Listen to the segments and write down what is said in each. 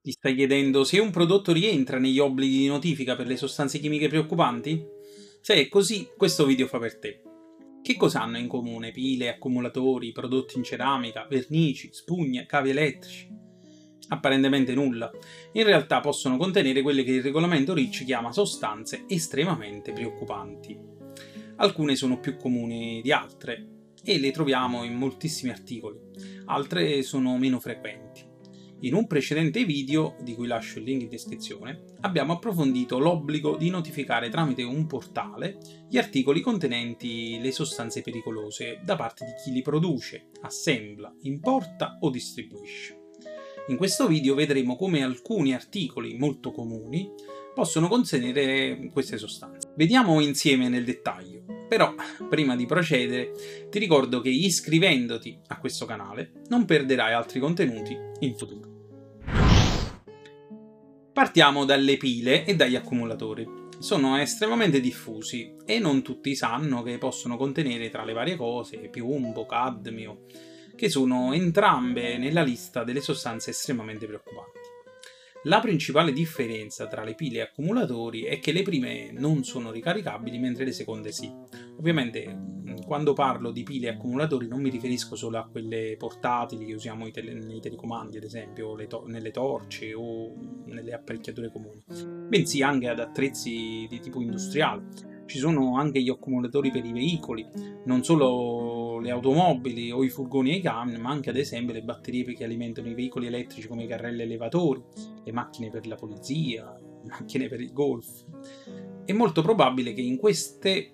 Ti stai chiedendo se un prodotto rientra negli obblighi di notifica per le sostanze chimiche preoccupanti? Se è così, questo video fa per te. Che cosa hanno in comune pile, accumulatori, prodotti in ceramica, vernici, spugne, cavi elettrici? Apparentemente nulla. In realtà possono contenere quelle che il regolamento REACH chiama sostanze estremamente preoccupanti. Alcune sono più comuni di altre e le troviamo in moltissimi articoli, altre sono meno frequenti. In un precedente video, di cui lascio il link in descrizione, abbiamo approfondito l'obbligo di notificare tramite un portale gli articoli contenenti le sostanze pericolose da parte di chi li produce, assembla, importa o distribuisce. In questo video vedremo come alcuni articoli molto comuni possono contenere queste sostanze. Vediamo insieme nel dettaglio. Però, prima di procedere, ti ricordo che iscrivendoti a questo canale non perderai altri contenuti in futuro. Partiamo dalle pile e dagli accumulatori. Sono estremamente diffusi e non tutti sanno che possono contenere tra le varie cose piombo, cadmio, che sono entrambe nella lista delle sostanze estremamente preoccupanti. La principale differenza tra le pile e accumulatori è che le prime non sono ricaricabili mentre le seconde sì. Ovviamente quando parlo di pile e accumulatori non mi riferisco solo a quelle portatili che usiamo nei telecomandi, ad esempio nelle torce o nelle apparecchiature comuni, bensì anche ad attrezzi di tipo industriale. Ci sono anche gli accumulatori per i veicoli, non solo le automobili o i furgoni e i camion, ma anche ad esempio le batterie che alimentano i veicoli elettrici come i carrelli elevatori, le macchine per la polizia, le macchine per il golf. È molto probabile che in queste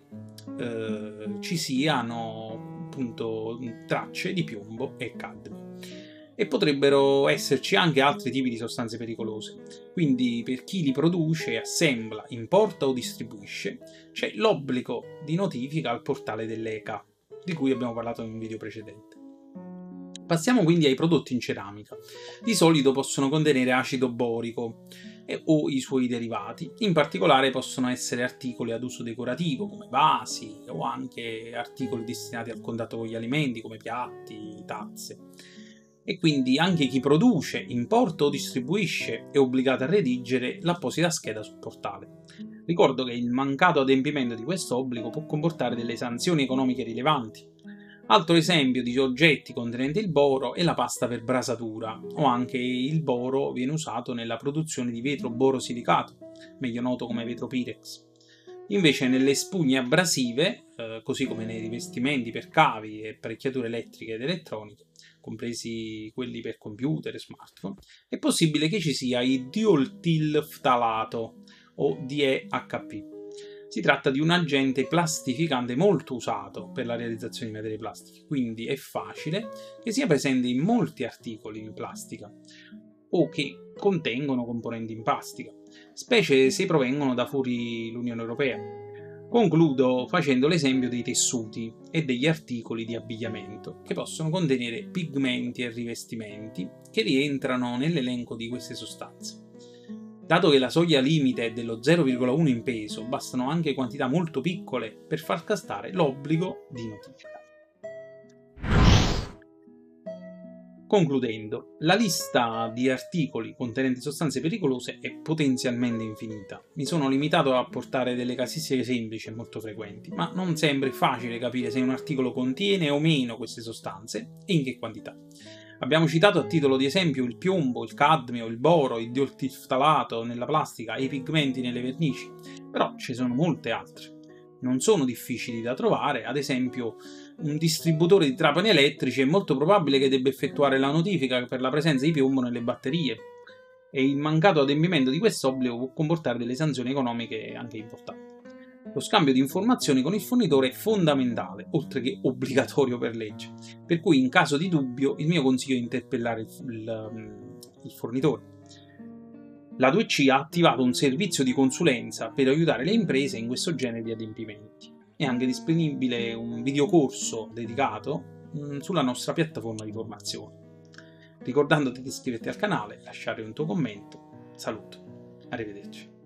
ci siano appunto tracce di piombo e cadmio. E potrebbero esserci anche altri tipi di sostanze pericolose. Quindi per chi li produce, assembla, importa o distribuisce, c'è l'obbligo di notifica al portale dell'ECA, di cui abbiamo parlato in un video precedente. Passiamo quindi ai prodotti in ceramica. Di solito possono contenere acido borico o i suoi derivati. In particolare possono essere articoli ad uso decorativo come vasi o anche articoli destinati al contatto con gli alimenti come piatti, tazze. E quindi anche chi produce, importa o distribuisce è obbligato a redigere l'apposita scheda sul portale. Ricordo che il mancato adempimento di questo obbligo può comportare delle sanzioni economiche rilevanti. Altro esempio di oggetti contenenti il boro è la pasta per brasatura, o anche il boro viene usato nella produzione di vetro borosilicato, meglio noto come vetro Pirex. Invece nelle spugne abrasive, così come nei rivestimenti per cavi e apparecchiature elettriche ed elettroniche, compresi quelli per computer e smartphone, è possibile che ci sia il dioltilftalato o DEHP. Si tratta di un agente plastificante molto usato per la realizzazione di materie plastiche, quindi è facile che sia presente in molti articoli in plastica o che contengono componenti in plastica, specie se provengono da fuori l'Unione Europea. Concludo facendo l'esempio dei tessuti e degli articoli di abbigliamento, che possono contenere pigmenti e rivestimenti che rientrano nell'elenco di queste sostanze. Dato che la soglia limite è dello 0,1 in peso, bastano anche quantità molto piccole per far scattare l'obbligo di notifica. Concludendo, la lista di articoli contenenti sostanze pericolose è potenzialmente infinita. Mi sono limitato a portare delle casistiche semplici e molto frequenti, ma non sempre è facile capire se un articolo contiene o meno queste sostanze e in che quantità. Abbiamo citato a titolo di esempio il piombo, il cadmio, il boro, il dioltilftalato nella plastica e i pigmenti nelle vernici, però ci sono molte altre. Non sono difficili da trovare, ad esempio un distributore di trapani elettrici è molto probabile che debba effettuare la notifica per la presenza di piombo nelle batterie e il mancato adempimento di quest'obbligo può comportare delle sanzioni economiche anche importanti. Lo scambio di informazioni con il fornitore è fondamentale, oltre che obbligatorio per legge, per cui in caso di dubbio il mio consiglio è interpellare il fornitore. La 2C ha attivato un servizio di consulenza per aiutare le imprese in questo genere di adempimenti. È anche disponibile un videocorso dedicato sulla nostra piattaforma di formazione. Ricordandoti di iscriverti al canale, lasciare un tuo commento. Saluto, arrivederci.